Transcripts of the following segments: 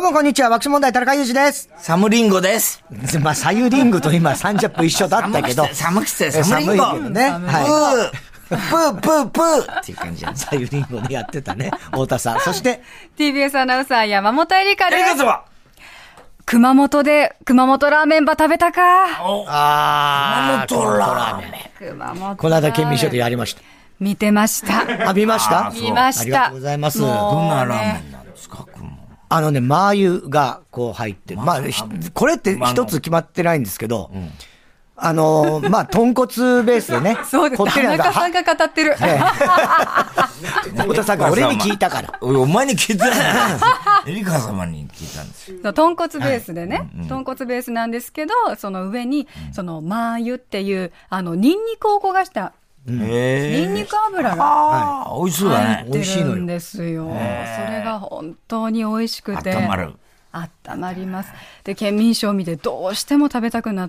うもこんにちは、爆笑問題田中裕二です。 サムリンゴです。 まあ、サユリングと今30分一緒だったけど。 寒くてサムリンゴ。 寒いけどね。 はい。プーっていう感じ。 サユリンゴでやってたね。太田さん。そして、 TBS アナウンサー山本恵里香です。 エリカ様。 熊本で、熊本ラーメンば食べたか。 熊本ラーメン。 熊本。 この間県民賞でやりました。 見てました。 あ、見ました見ました。 ありがとうございます。 どんなラーメンなんですか、 マー油がこう入ってる。まあ、これって一つ決まってないんですけど、まあ、豚骨ベースでね。 そうです。田中さんが語ってる。 太田さんが俺に聞いたから。 お前に聞いたんだよ。エリカ様に聞いたんですよ。 豚骨ベースでね。豚骨ベースなんですけど、その上に、そのマー油っていう、ニンニクを焦がした、ニンニク油が美味しそうだね。 入ってるんですよ。それが本当に美味しくて。温まります。で、県民賞を見てどうしても食べたくなって、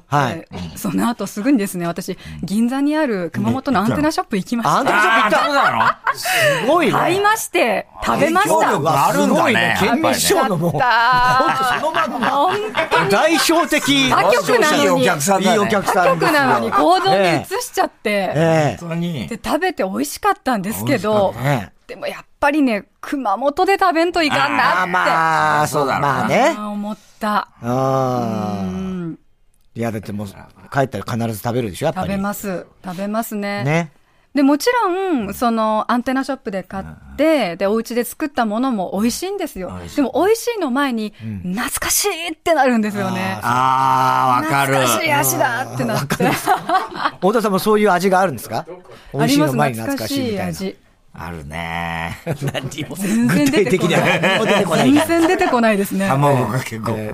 その後すぐにですね、私、銀座にある熊本のアンテナショップ行きました。 アンテナショップ行ったの？すごいね。 買いまして、食べました。 あるんだね。 県民賞のもう、そのまんま。代表的。 他局なのに。 いいお客さんだね。 いいお客さん。 他局なのに行動に移しちゃって。で、食べて美味しかったんですけど、でもやっぱりね、熊本で食べんといかんなって。 まあ、そうだな。ね。 思った。 いや、だってもう、帰ったら必ず食べるでしょ、やっぱり。 食べます。食べますね。 ね。 で、もちろん、その、アンテナショップで買って、で、お家で作ったものも美味しいんですよ。でも、美味しいの前に、懐かしいってなるんですよね。 わかる。 懐かしい味だってなって。 太田さんもそういう味があるんですか？ あります、懐かしい味。 あるね。 何も全然出てこない。全然出てこないですね。 卵かけご。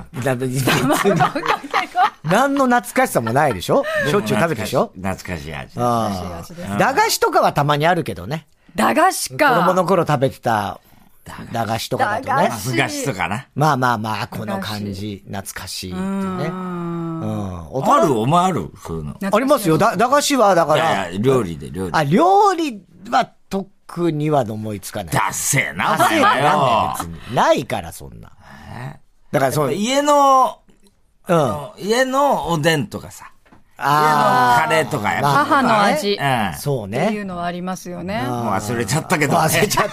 何の懐かしさもないでしょ？しょっちゅう食べるでしょ？ 懐かしい味。 駄菓子とかはたまにあるけどね。 駄菓子か。 子供の頃食べてた駄菓子とかだとね。 すがしとかな。 まあ、この感じ、懐かしいってね。 お前あるそういうの。 ありますよ。駄菓子は、だから。 料理で。 あ、料理は特には思いつかない。 ダッセーな。 ダッセーなんだよ、別に。ないから、そんな。だからそう。 家のおでんとかさ。家のカレーとかやっぱ。 母の味。 そうね。 っていうのはありますよね。 もう忘れちゃったけどね。 忘れちゃった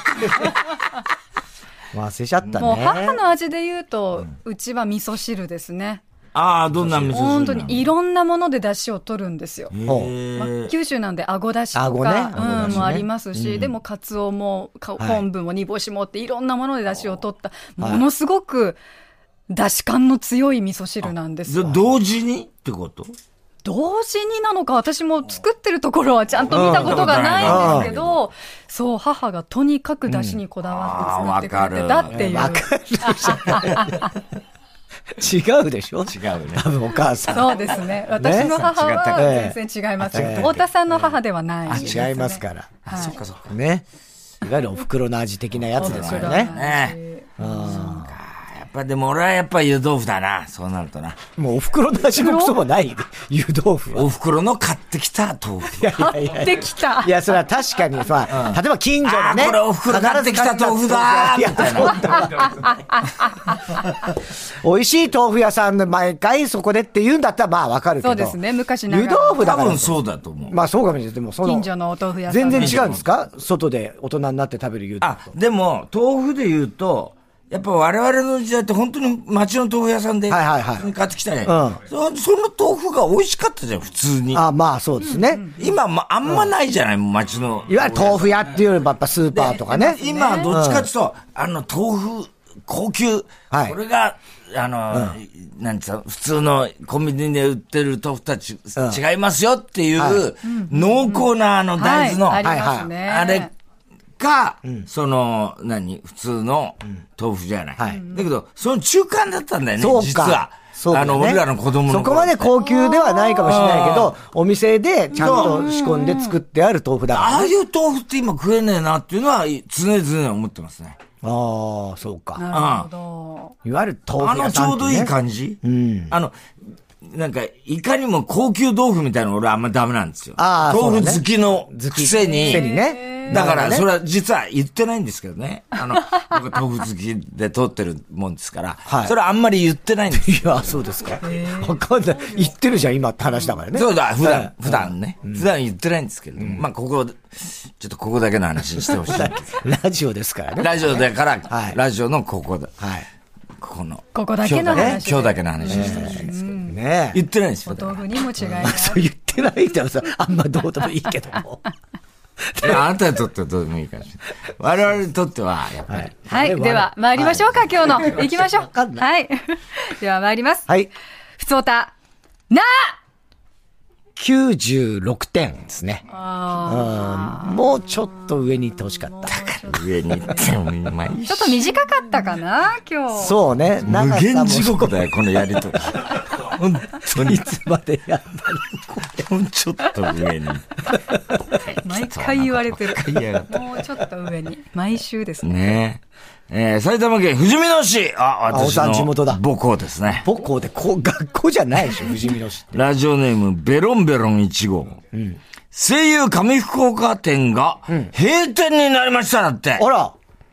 ね。 もう母の味で言うと、うちは味噌汁ですね。 どんな味噌汁？ 本当にいろんなもので出汁を取るんですよ。九州なんであごだしとかもありますし、でもカツオも昆布も煮干しもっていろんなもので出汁を取った、ものすごく出汁感の強い味噌汁なんですよ。 同時にってこと？ 同時になのか、私も作ってるところはちゃんと見たことがないんですけど、そう、母がとにかく出汁にこだわって作ってくれてたっていう。 違うでしょ？違うね。 多分お母さん。 そうですね。私の母は全然違います。太田さんの母ではない。 違いますから。 そっかそっか。 ね。いわゆるお袋の味的なやつですよね。 でも俺はやっぱ湯豆腐だな、そうなるとな。 もうお袋の味もクソもない。湯豆腐は。 お袋の買ってきた豆腐。 買ってきた。 いや、それは確かに、例えば近所のね。 これお袋買ってきた豆腐だーみたいな。 美味しい豆腐屋さんで毎回そこでって言うんだったらまあわかるけど。 そうですね、昔ながら。 湯豆腐だから。 多分そうだと思う。 まあそうかもしれない。でも近所のお豆腐屋さん。全然違うんですか？外で大人になって食べる湯豆腐。 でも、豆腐で言うと、やっぱ我々の時代って本当に町の豆腐屋さんで買ってきたね。その豆腐が美味しかったじゃん、普通に。 まあそうですね。 今、あんまないじゃない、町の。 いわゆる豆腐屋っていうよりもやっぱスーパーとかね。 今、どっちかっていうと、豆腐、高級。これが、なんつうの、普通のコンビニで売ってる豆腐とは違いますよっていう、濃厚な大豆の、あれか、その、普通の豆腐じゃない。だけど、その中間だったんだよね、実は。俺らの子供の。 そこまで高級ではないかもしれないけど、お店でちゃんと仕込んで作ってある豆腐だから。 ああいう豆腐って今食えねえなっていうのは常々思ってますね。 そうか。 なるほど。いわゆる豆腐屋さん。 ちょうどいい感じ？なんか、いかにも高級豆腐みたいなの俺あんまダメなんですよ。豆腐好きのくせに。 だから、それは実は言ってないんですけどね。僕豆腐好きで通ってるもんですから、はい、それはあんまり言ってないんです。 いや、そうですか。わかんない。言ってるじゃん、今って話だからね。 そうだ、普段ね。普段言ってないんですけど、まあ、ちょっとここだけの話してほしい。 ラジオですからね。 ラジオだから、ラジオのここだ。 はい。 ここだけの話。 今日だけの話してほしいんですけど。 ね言ってないですよ。 お豆腐にも違いない。 そう言ってないってさ、あんまどうでもいいけども。 いや、あなたにとってはどうでもいいかもしれない。我々にとっては、やっぱり。 はい。では、参りましょうか、今日の。行きましょう。はい。では、参ります。 はい。 ふつおた、な 96点ですね。もうちょっと上に行ってほしかった。 上に行ってもいい。 ちょっと短かったかな、今日。 そうね。 無限地獄だよ、このやりとり。本当に。 いつまでやったのちょっと上に。 毎回言われてる。もうちょっと上に。毎週ですね。埼玉県ふじみ野市。私の地元だ。 母校ですね。 母校で学校じゃないでしょ、ふじみ野市って。 ラジオネーム、ベロンベロン1号。声優上福岡店が閉店になりましただって。 あら。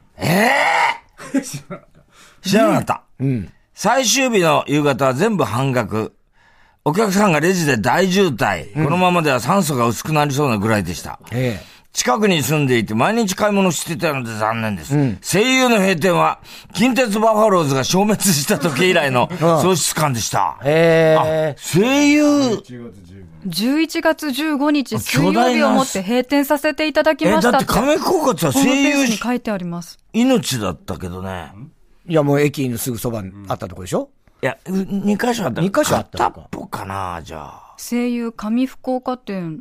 知らなかった。最終日の夕方は全部半額。お客さんがレジで大渋滞。このままでは酸素が薄くなりそうなぐらいでした。近くに住んでいて毎日買い物してたので残念です。声優の閉店は、近鉄バファローズが消滅した時以来の喪失感でした。声優。 11月15日水曜日をもって閉店させていただきましたって。 だって亀福岡っては声優に書いてあります。 命だったけどね。 いやもう駅のすぐそばにあったとこでしょ？ いや、2箇所あった。 2箇所あった片っぽかな、じゃあ。 声優上福岡店。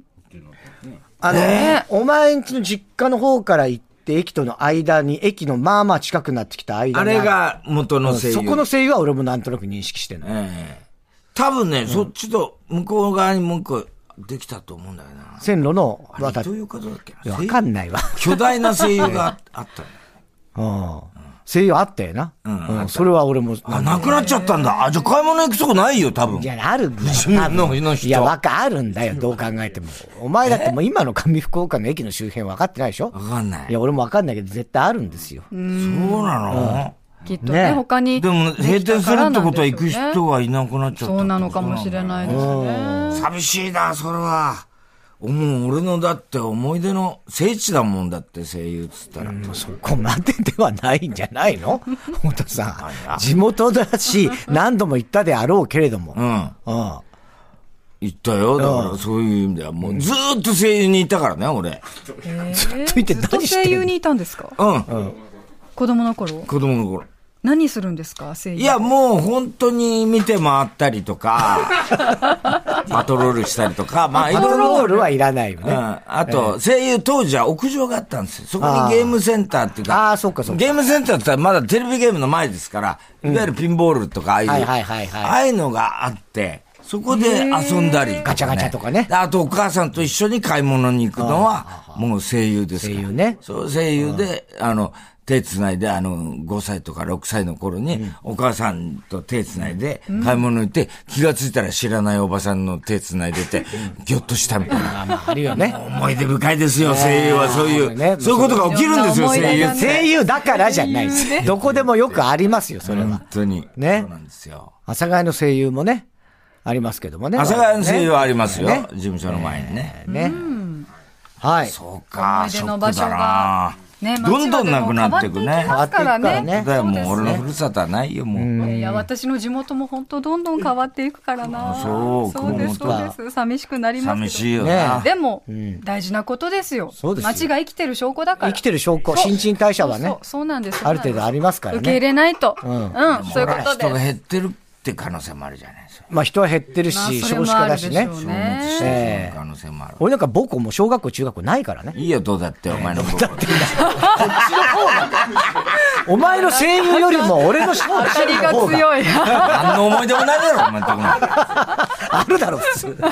お前んちの実家の方から行って駅との間に、駅のまあまあ近くなってきた間に。 あれが元の声優。 そこの声優は俺もなんとなく認識してるの。 多分ね、そっちと向こう側にもう一個できたと思うんだよな。 線路の渡り。どういうことだっけな？わかんないわ。 巨大な声優があったの。声優あったよな。それは俺も。 なくなっちゃったんだ。じゃあ買い物行くとこないよ、多分。 いや、あるんだよ。いや、あるんだよ、どう考えても。お前だってもう今の上福岡の駅の周辺分かってないでしょ？ 分かんない。 いや、俺も分かんないけど、絶対あるんですよ。 そうなの？ きっとね、他に。 でも、閉店するってことは行く人がいなくなっちゃった。 そうなのかもしれないですね。 寂しいな、それは。もう俺のだって思い出の聖地だもんだって声優っつったら。 そこまでではないんじゃないの？本当さ、地元だし、何度も行ったであろうけれども。 行ったよ。だからそういう意味ではもうずーっと声優にいたからね、俺。 ずっといて何してんの？ずっと声優にいたんですか？子供の頃？ 子供の頃。 何するんですか、声優？ いや、もう本当に見て回ったりとか、パトロールしたりとか、 パトロールはいらないよね。 あと、声優当時は屋上があったんですよ。そこにゲームセンターっていうか、 そうか。 ゲームセンターってまだテレビゲームの前ですから、いわゆるピンボールとか、ああいうのがあって、そこで遊んだり、 ガチャガチャとかね。 あとお母さんと一緒に買い物に行くのは、もう声優ですから。 声優ね。 そう、声優で、手つないで、5歳とか6歳の頃に、お母さんと手つないで、買い物行って、気がついたら知らないおばさんの手つないでて、ぎょっとしたみたいな。 あるよね。 思い出深いですよ、声優は。そういうことが起きるんですよ、声優。 声優だからじゃないです。どこでもよくありますよ、それは。 本当に。 ね。 そうなんですよ。 阿佐ヶ谷の声優もね、ありますけどもね。 阿佐ヶ谷の声優はありますよ、事務所の前にね。 ね。はい。 そうか、ショックだな。どんどんなくなっていくね。 変わっていくからね。 だよ、もう俺のふるさとはないよ、もう。 いや、私の地元も本当どんどん変わっていくからな。 そうです、そうです。寂しくなりますけど。 寂しいよな。 でも、大事なことですよ。 そうですよ。 町が生きてる証拠だから。 生きてる証拠。新陳代謝はね。 そうなんです。 ある程度ありますからね。 受け入れないと。そういうことで。 人が減ってるって可能性もあるじゃないですか。 まあ人は減ってるし、少子化だしね。 可能性もある。 俺なんか母校も小学校中学校ないからね。 いいよ、どうだって、お前の母校。こっちの方が。お前の声優よりも俺の当たりが強い。 何の思い出もないだろ、お前のところ。 あるだろ、普通。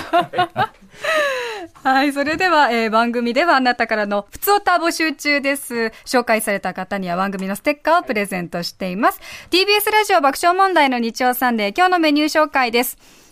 はい。それでは、番組ではあなたからのふつおた募集中です。紹介された方には番組のステッカーをプレゼントしています。TBS ラジオ爆笑問題の日曜サンデー、今日のメニュー紹介です。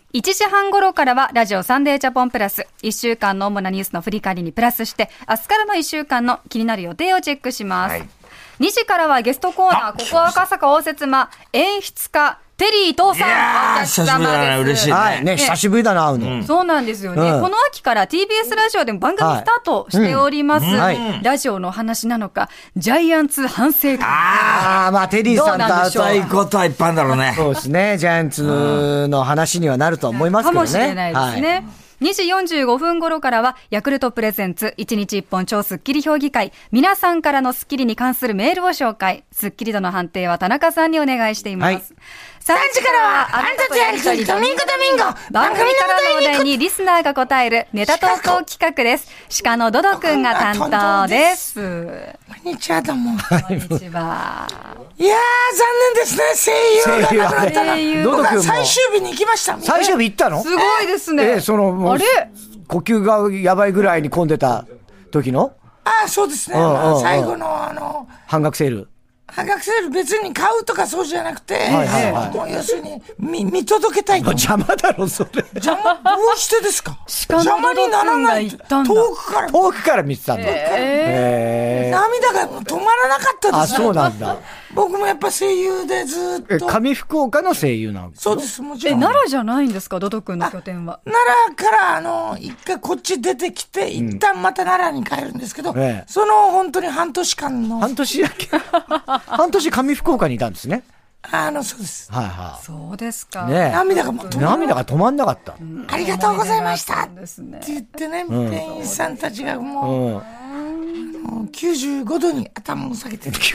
1時半頃からはラジオサンデージャポンプラス。1週間の主なニュースの振り返りにプラスして、明日からの1週間の気になる予定をチェックします。はい、2時からはゲストコーナー、ここ赤坂応接間、演出家、テリー伊藤さん、お客様です。久しぶりだね、嬉しいね。 はい、ね、久しぶりだな、会うの。 そうなんですよね。この秋から TBS ラジオでも番組スタートしております。ラジオの話なのか、ジャイアンツ反省会。 まあ、テリーさんと会うと。 そういうことはいっぱいあるんだろうね。 そうですね、ジャイアンツの話にはなると思いますけどね。 かもしれないですね。2時45分頃からは、ヤクルトプレゼンツ1日1本超スッキリ評議会。皆さんからのスッキリに関するメールを紹介。スッキリ度の判定は田中さんにお願いしています。3時からは、あんたとやりとりドミンゴ。番組からのお題にリスナーが答えるネタ投稿企画です。鹿のドドくんが担当です。 こんにちは、どうも。 こんにちは。 いやー、残念ですね、声優がなくなったな。僕は最終日に行きました。 最終日行ったの？ すごいですね。 あれ？呼吸がやばいぐらいに混んでた時の？ そうですね。最後の半額セール。 半額セール別に買うとかそうじゃなくて、もう要するに見届けたいと。 邪魔だろ、それ。 どうしてですか？邪魔にならない。遠くから見てたんだ。 涙が止まらなかったですね。 そうなんだ。 僕もやっぱ声優でずっと。 上福岡の声優なんですか？ そうです、もちろん。 奈良じゃないんですか、ドド君の拠点は。 奈良から一回こっち出てきて、一旦また奈良に帰るんですけど、その本当に半年間の。 半年だけ半年上福岡にいたんですね。 そうです。 そうですか。 涙が止まんなかった。 ありがとうございましたって言ってね、店員さんたちがもう、95度に頭を下げてる。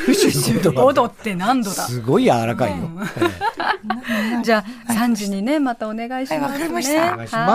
95度って何度だ？ すごい柔らかいよ。 じゃあ、3時にね、またお願いしますね。 わかりました。 お願いします。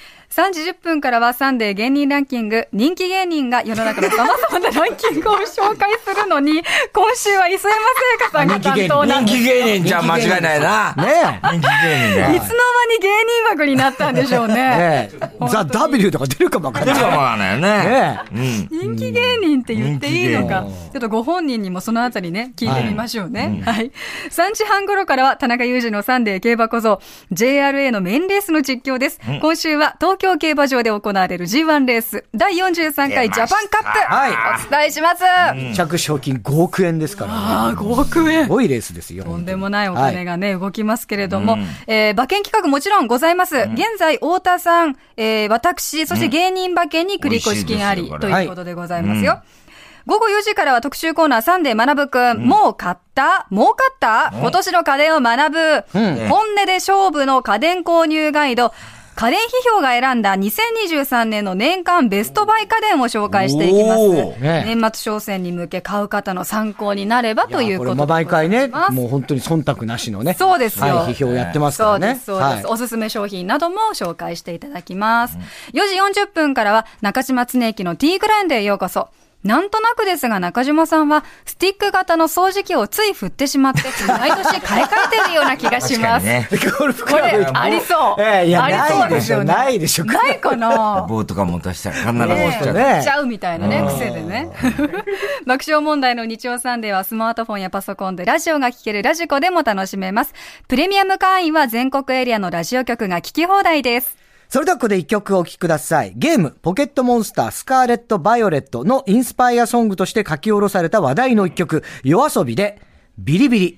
3時10分からはサンデー芸人ランキング。人気芸人が世の中の様々なランキングを紹介するのに、今週は磯山聖華さんが担当なんです。 人気芸人じゃ間違いないな。 ねえ。人気芸人ね。 いつの間に芸人枠になったんでしょうね。 ザ・ W とか出るかもわかんない。 出るかもわかんないよね。 人気芸人って言っていいのか。ちょっとご本人にもそのあたりね、聞いてみましょうね。はい。3時半頃からは田中裕二のサンデー競馬小僧、JRA のメインレースの実況です。今週は東京競馬場で行われる G1 レース第43回ジャパンカップ、お伝えします。 着賞金5億円ですから、 5億円。 すごいレースですよ。 とんでもないお金がね、動きますけれども、馬券企画もちろんございます。現在、太田さん、私、そして芸人馬券に繰越金ありということでございますよ。午後4時からは特集コーナーサンデー学ぶくん。もう買った儲かった今年の家電を学ぶ。本音で勝負の家電購入ガイド。家電批評が選んだ2023年の年間ベストバイ家電を紹介していきます。年末商戦に向け買う方の参考になればということで。 毎回ね、もう本当に忖度なしのね。 そうですよ。 批評やってますからね。 そうです。おすすめ商品なども紹介していただきます。4時40分からは中島恒之の T グランドへようこそ。なんとなくですが中島さんはスティック型の掃除機をつい振ってしまって毎年買い替えてるような気がします。これありそう。 ありそうですよね。ないでしょ。 ないかな。 棒とか持たしたら必ず持っちゃうみたいなね、癖でね。爆笑問題の日曜サンデーはスマートフォンやパソコンでラジオが聴けるラジコでも楽しめます。プレミアム会員は全国エリアのラジオ局が聴き放題です。 それではここで一曲お聴きください。ゲーム、ポケットモンスター、スカーレット・バイオレットのインスパイアソングとして書き下ろされた話題の一曲、YOASOBIで、ビリビリ。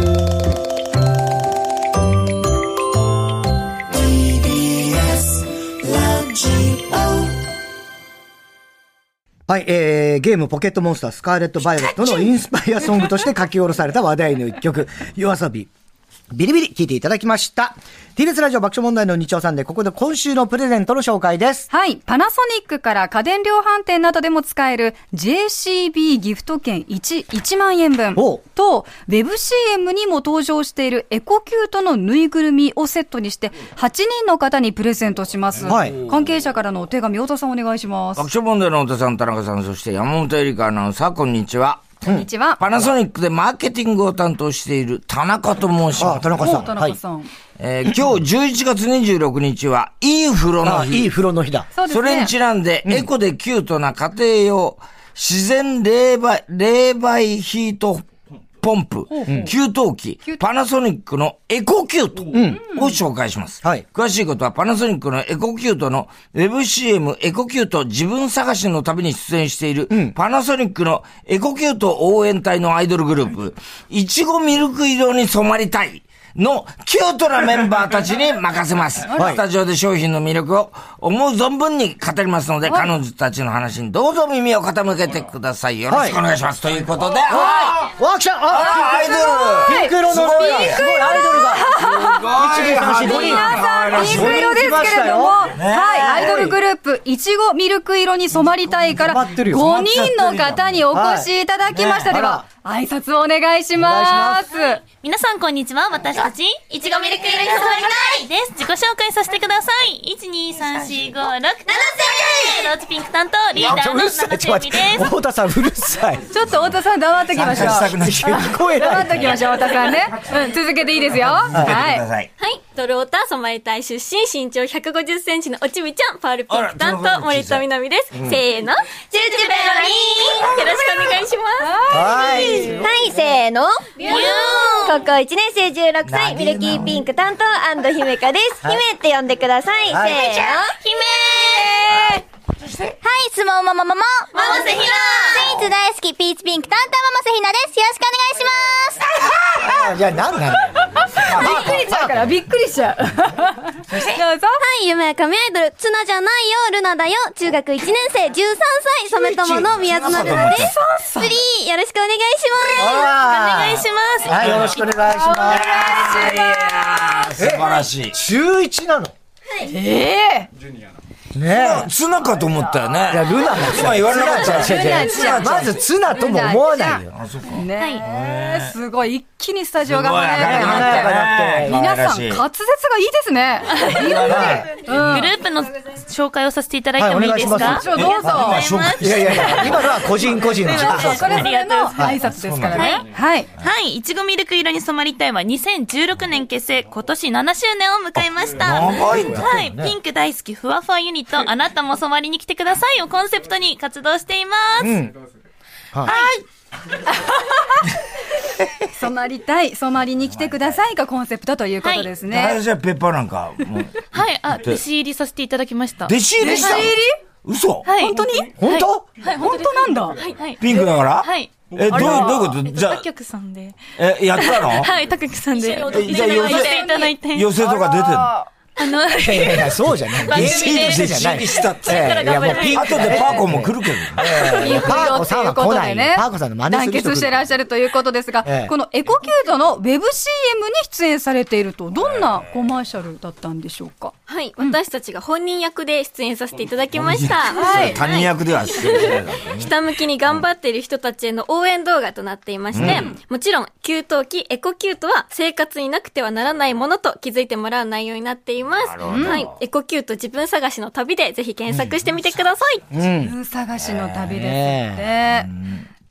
はい、ゲーム、ポケットモンスター、スカーレット・バイオレットのインスパイアソングとして書き下ろされた話題の一曲、YOASOBI。ビリビリ聞いていただきました。TBS ラジオ爆笑問題の日曜サンデー、ここで今週のプレゼントの紹介です。 はい。パナソニックから家電量販店などでも使える JCB ギフト券1万円分と、ウェブ CM にも登場しているエコキュートのぬいぐるみをセットにして8人の方にプレゼントします。はい。関係者からのお手紙、太田さんお願いします。 爆笑問題の太田さん、田中さん、そして山本エリカアナウンサー、こんにちは。 こんにちは。 パナソニックでマーケティングを担当している田中と申します。 田中さん。 田中さん。 今日11月26日は、いい風呂の日。 いい風呂の日だ。 そうですね。 それにちなんで、エコでキュートな家庭用自然冷媒ヒートポンプ、給湯器、パナソニックのエコキュートを紹介します。詳しいことはパナソニックのエコキュートのウェブ CM エコキュート自分探しの旅に出演しているパナソニックのエコキュート応援隊のアイドルグループ、いちごミルク色に染まりたいのキュートなメンバーたちに任せます。スタジオで商品の魅力を思う存分に語りますので、彼女たちの話にどうぞ耳を傾けてください。よろしくお願いします。ということで、 わー来たアイドルピンク色のすごいアイドルが皆さんピンク色ですけれども、アイドルグループいちごミルク色に染まりたいから5人の方にお越しいただきました。では挨拶をお願いします。 皆さんこんにちは。私たちいちごミルク色に染まりたいです。自己紹介させてください。1,2,3,4,5,6,7,ローズピンク担当リーダーの七瀬美です。 太田さんうるさい。 ちょっと太田さん黙ってきましょう。黙ってきましょう太田さんね。続けていいですよ。はい。 トルオタ染まりたい出身、身長150センチのおちびちゃん、パールピンク担当森田みなみです。せーの、チューチュベロリー。よろしくお願いします。 はい、せーの、高校1年生16歳、ミルキーピンク担当姫香です。姫って呼んでください。せーの、姫はい、相撲ママママ瀬ひな。スイーツ大好きピーチピンク担当ママ瀬ひなです。よろしくお願いします。 じゃあ何なんだよ。 びっくりしちゃうからびっくりしちゃう。どうぞ。 はい、夢は神アイドル、ツナじゃないよ、ルナだよ。中学1年生13歳、染友の宮園ルナです。プリー、よろしくお願いします。 お願いします。 はい、よろしくお願いします。 素晴らしい。 中1なの。ねえ。 ツナかと思ったよね。 いや、ルナも今言われなかったら。まずツナとも思わないよ。 ねえ、すごい。一気にスタジオが華やかになって。皆さん、滑舌がいいですね。 グループの紹介をさせていただいてもいいですか？ どうぞ。 いや、今のは個人個人の。 それぞれの挨拶ですからね。 はい。いちごミルク色に染まりたいは2016年結成、今年7周年を迎えました。 長いんだ。 はい。ピンク大好きふわふわユニット、あなたも染まりに来てくださいをコンセプトに活動しています。 はい。染まりたい、染まりに来てくださいがコンセプトということですね。 じゃあペッパーなんか。 はい、弟子入りさせていただきました。 弟子入りした？嘘？ はい。 本当に？ 本当？ はい、本当なんだ。 はい。 ピンクだから？ はい。 どういうことじゃあ。 他局さんで。 やったの？ はい、他局さんで。 じゃあ寄せとか出てるの？ いや、そうじゃない。 番組で弟子じゃない。 したって。いや、もうピンクでパーコも来るけど。 パーコさんは来ないね。パーコさんの真似する人団結してらっしゃるということですが、このエコキュートのウェブ CM に出演されていると、どんなコマーシャルだったんでしょうか？ はい、私たちが本人役で出演させていただきました。 はい。他人役では出演しないからね。 ひたむきに頑張っている人たちへの応援動画となっていまして、もちろん、給湯器エコキュートは生活になくてはならないものと気づいてもらう内容になっています。はい。エコキュート自分探しの旅でぜひ検索してみてください。 自分探しの旅ですって。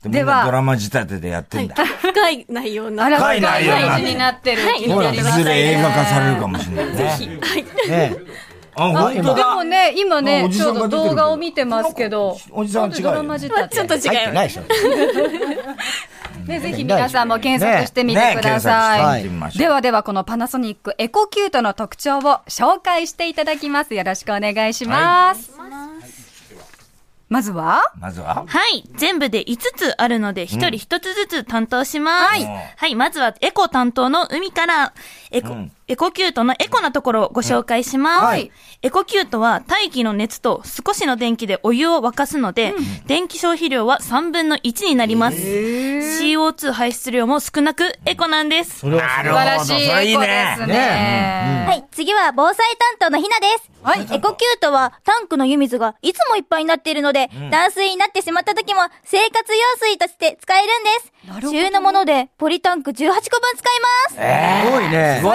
では、ドラマ仕立てでやってんだ。 深い内容な。 深い内容になってる。 いずれ映画化されるかもしれないね。 ぜひ。はい。 本当だ。 でもね、今ね、ちょうど動画を見てますけど、 おじさん違う。 ドラマ仕立て。 ちょっと違います。 ね、ぜひ皆さんも検索してみてください。ではこのパナソニックエコキュートの特徴を紹介していただきます。よろしくお願いします。まずははい。全部で5つあるので、1人1つずつ担当します。はい。まずはエコ担当の海から、エコキュートのエコなところをご紹介します。エコキュートは大気の熱と少しの電気でお湯を沸かすので、電気消費量は3分の1になります。CO2 排出量も少なくエコなんです。 なるほど。 素晴らしいエコですね。 はい。次は防災担当のひなです。はい。エコキュートはタンクの湯水がいつもいっぱいになっているので、断水になってしまった時も生活用水として使えるんです。収納ものでポリタンク18個分使います。 すごいね。 すごいね。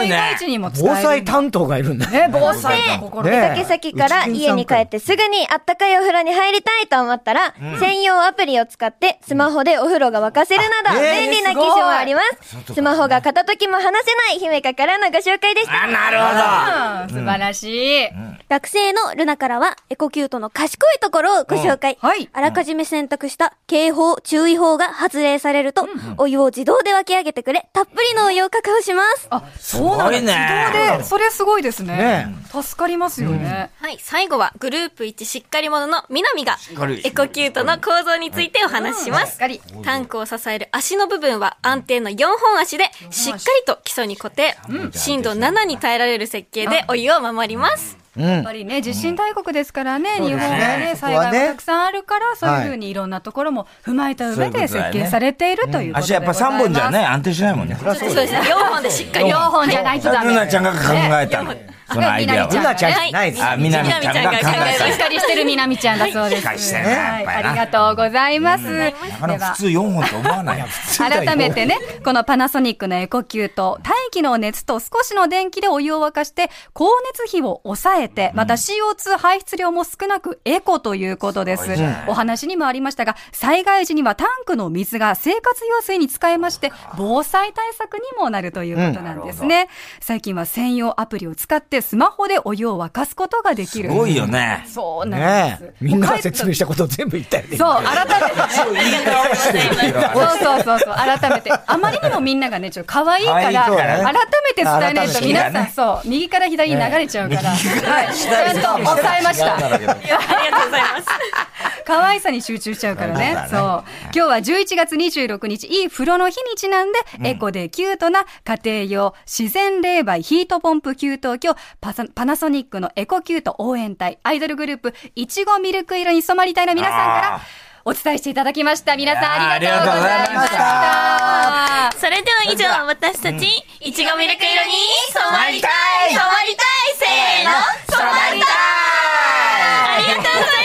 ちにも伝える。 防災担当がいるんだね。防災の心。 出かけ先から家に帰ってすぐにあったかいお風呂に入りたいと思ったら、専用アプリを使ってスマホでお風呂が沸かせるなど便利な機種もあります。スマホが片時も離せない姫香からのご紹介でした。 なるほど。素晴らしい。 学生のルナからはエコキュートの賢いところをご紹介。あらかじめ選択した警報、注意報が発令されると、お湯を自動で沸き上げてくれ、たっぷりのお湯を確保します。 あ、そうなんですね。自動で、それすごいですね。助かりますよね。 はい、最後はグループ1しっかり者の南がエコキュートの構造についてお話しします。タンクを支える足の部分は安定の4本足でしっかりと基礎に固定。震度7に耐えられる設計でお湯を守ります。 やっぱりね、地震大国ですからね、日本はね、災害もたくさんあるから、そういうふうにいろんなところも踏まえた上で設計されているということでございます。 足やっぱ3本じゃね、安定しないもんね。 そうですね、4本でしっかり。 4本じゃないとダメ。 ルナちゃんが考えたの。そのアイデアは。 ルナちゃんじゃないです。 南ちゃんが考えた。 しっかりしてる南ちゃんだそうです。 しっかりしてるね。 ありがとうございます。 なかなか普通4本と思わない。 改めてね、このパナソニックのエコキュート、大気の熱と少しの電気でお湯を沸かして、光熱費を抑えて、また CO2 排出量も少なくエコということです。お話にもありましたが、災害時にはタンクの水が生活用水に使えまして、防災対策にもなるということなんですね。最近は専用アプリを使ってスマホでお湯を沸かすことができる。 すごいよね。 そうなんです。 みんなが説明したことを全部言ったよね。 そう、改めて。そう、改めて。あまりにもみんながね、ちょっと可愛いから、改めて伝えないと皆さん、そう、右から左に流れちゃうから、はい、ちゃんと抑えました。ありがとうございます。可愛さに集中しちゃうからね。そう。今日は11月26日、いい風呂の日にちなんで、エコでキュートな家庭用自然冷媒ヒートポンプ給湯器をパナソニックのエコキュート応援隊、アイドルグループ、いちごミルク色に染まりたいの皆さんからお伝えしていただきました。皆さんありがとうございました。 それでは以上、私たち、いちごミルク色に染まりたい染まりたいせーの、染まりたいありがとうございま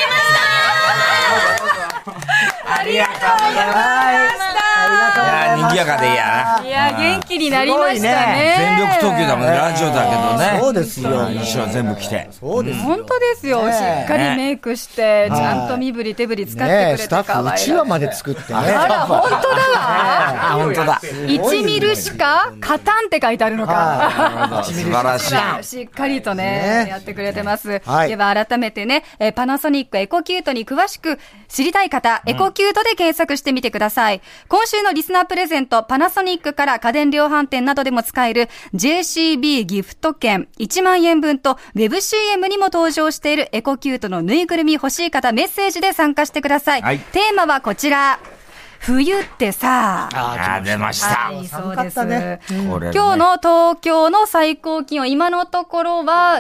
したありがとうございました。賑やかでいいやな。 いや、元気になりましたね。 全力投球だもんね、ラジオだけどね。 そうですよ。 衣装全部着て。 そうです。 本当ですよ。しっかりメイクして、ちゃんと身振り手振り使ってくれて、 スタッフうちわまで作ってね。 あら、本当だわ。 本当だ。 1ミルしか勝たんって書いてあるのか。 素晴らしい。 しっかりとね、やってくれてます。では改めてね、パナソニックエコキュートに詳しく知りたい方、エコキュートで検索してみてください。今週のリスナープレゼント、パナソニックから家電量販店などでも使える JCB ギフト券1万円分と WebCM にも登場しているエコキュートのぬいぐるみ欲しい方、メッセージで参加してください。テーマはこちら。冬ってさ出ました。 はい、そうです。今日の東京の最高気温、今のところは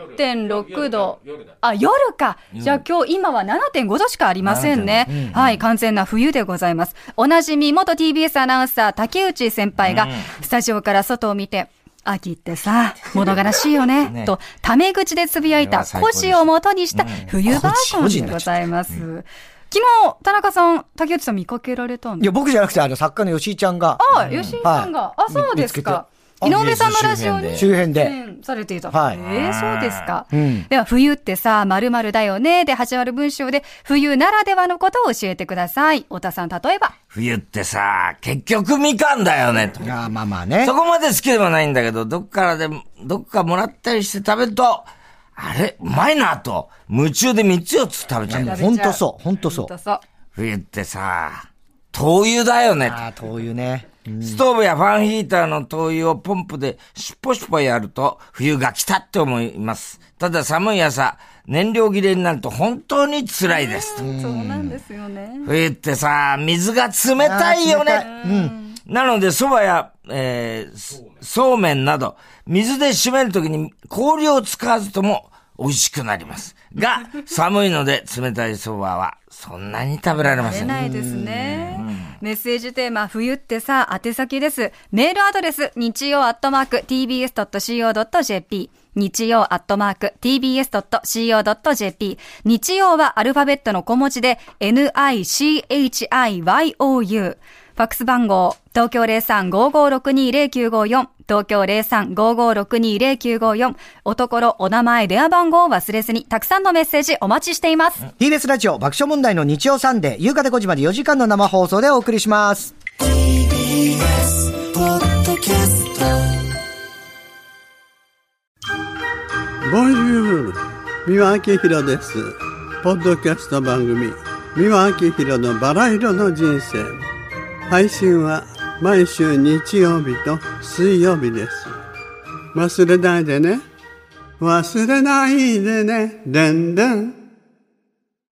10.6 度。あ、夜か。じゃあ今日、今は 7.5 度しかありませんね。はい、完全な冬でございます。おなじみ、元 TBS アナウンサー、竹内先輩が、スタジオから外を見て、秋ってさ、物悲しいよね、と、タメ口でつぶやいた古紙を元にした冬バージョンでございます。昨日、田中さん、竹内さん見かけられたんですか？ いや、僕じゃなくて、作家の吉井ちゃんが。 あ、吉井さんが。あ、そうですか。井上さんのラジオに周辺でされていた。 はい。 そうですか。では、冬ってさ、〇〇だよねで始まる文章で、冬ならではのことを教えてください。太田さん、例えば。 冬ってさ、結局みかんだよねと。 いや、まあまあね。 そこまで好きではないんだけど、どっかもらったりして食べると、あれうまいなと、夢中で3つ4つ食べちゃう。 ほんとそう、ほんとそう。 冬ってさ、灯油だよね。 ああ、灯油ね。 ストーブやファンヒーターの灯油をポンプでシュッポシュポやると冬が来たって思います。ただ寒い朝、燃料切れになると本当に辛いです。 そうなんですよね。 冬ってさ、水が冷たいよね。なので蕎麦や、そうめんなど、水で締めるときに氷を使わずとも美味しくなります。が、寒いので冷たい蕎麦はそんなに食べられません。 食べないですね。メッセージテーマ、冬ってさ、宛先です。メールアドレス、日曜@tbs.co.jp。日曜@tbs.co.jp。日曜はアルファベットの小文字で、NICHIYOU。 ファックス番号、東京 03-5562-0954、東京 03-5562-0954、おところ、お名前、電話番号を忘れずに、たくさんのメッセージお待ちしています。 TBS ラジオ爆笑問題の日曜サンデー、夕方5時まで4時間の生放送でお送りします。 TBS ポッドキャスト。ボンジュール、三輪明宏です。ポッドキャスト番組、三輪明宏のバラ色の人生。配信は毎週日曜日と水曜日です。忘れないでね。忘れないでね。でんでん。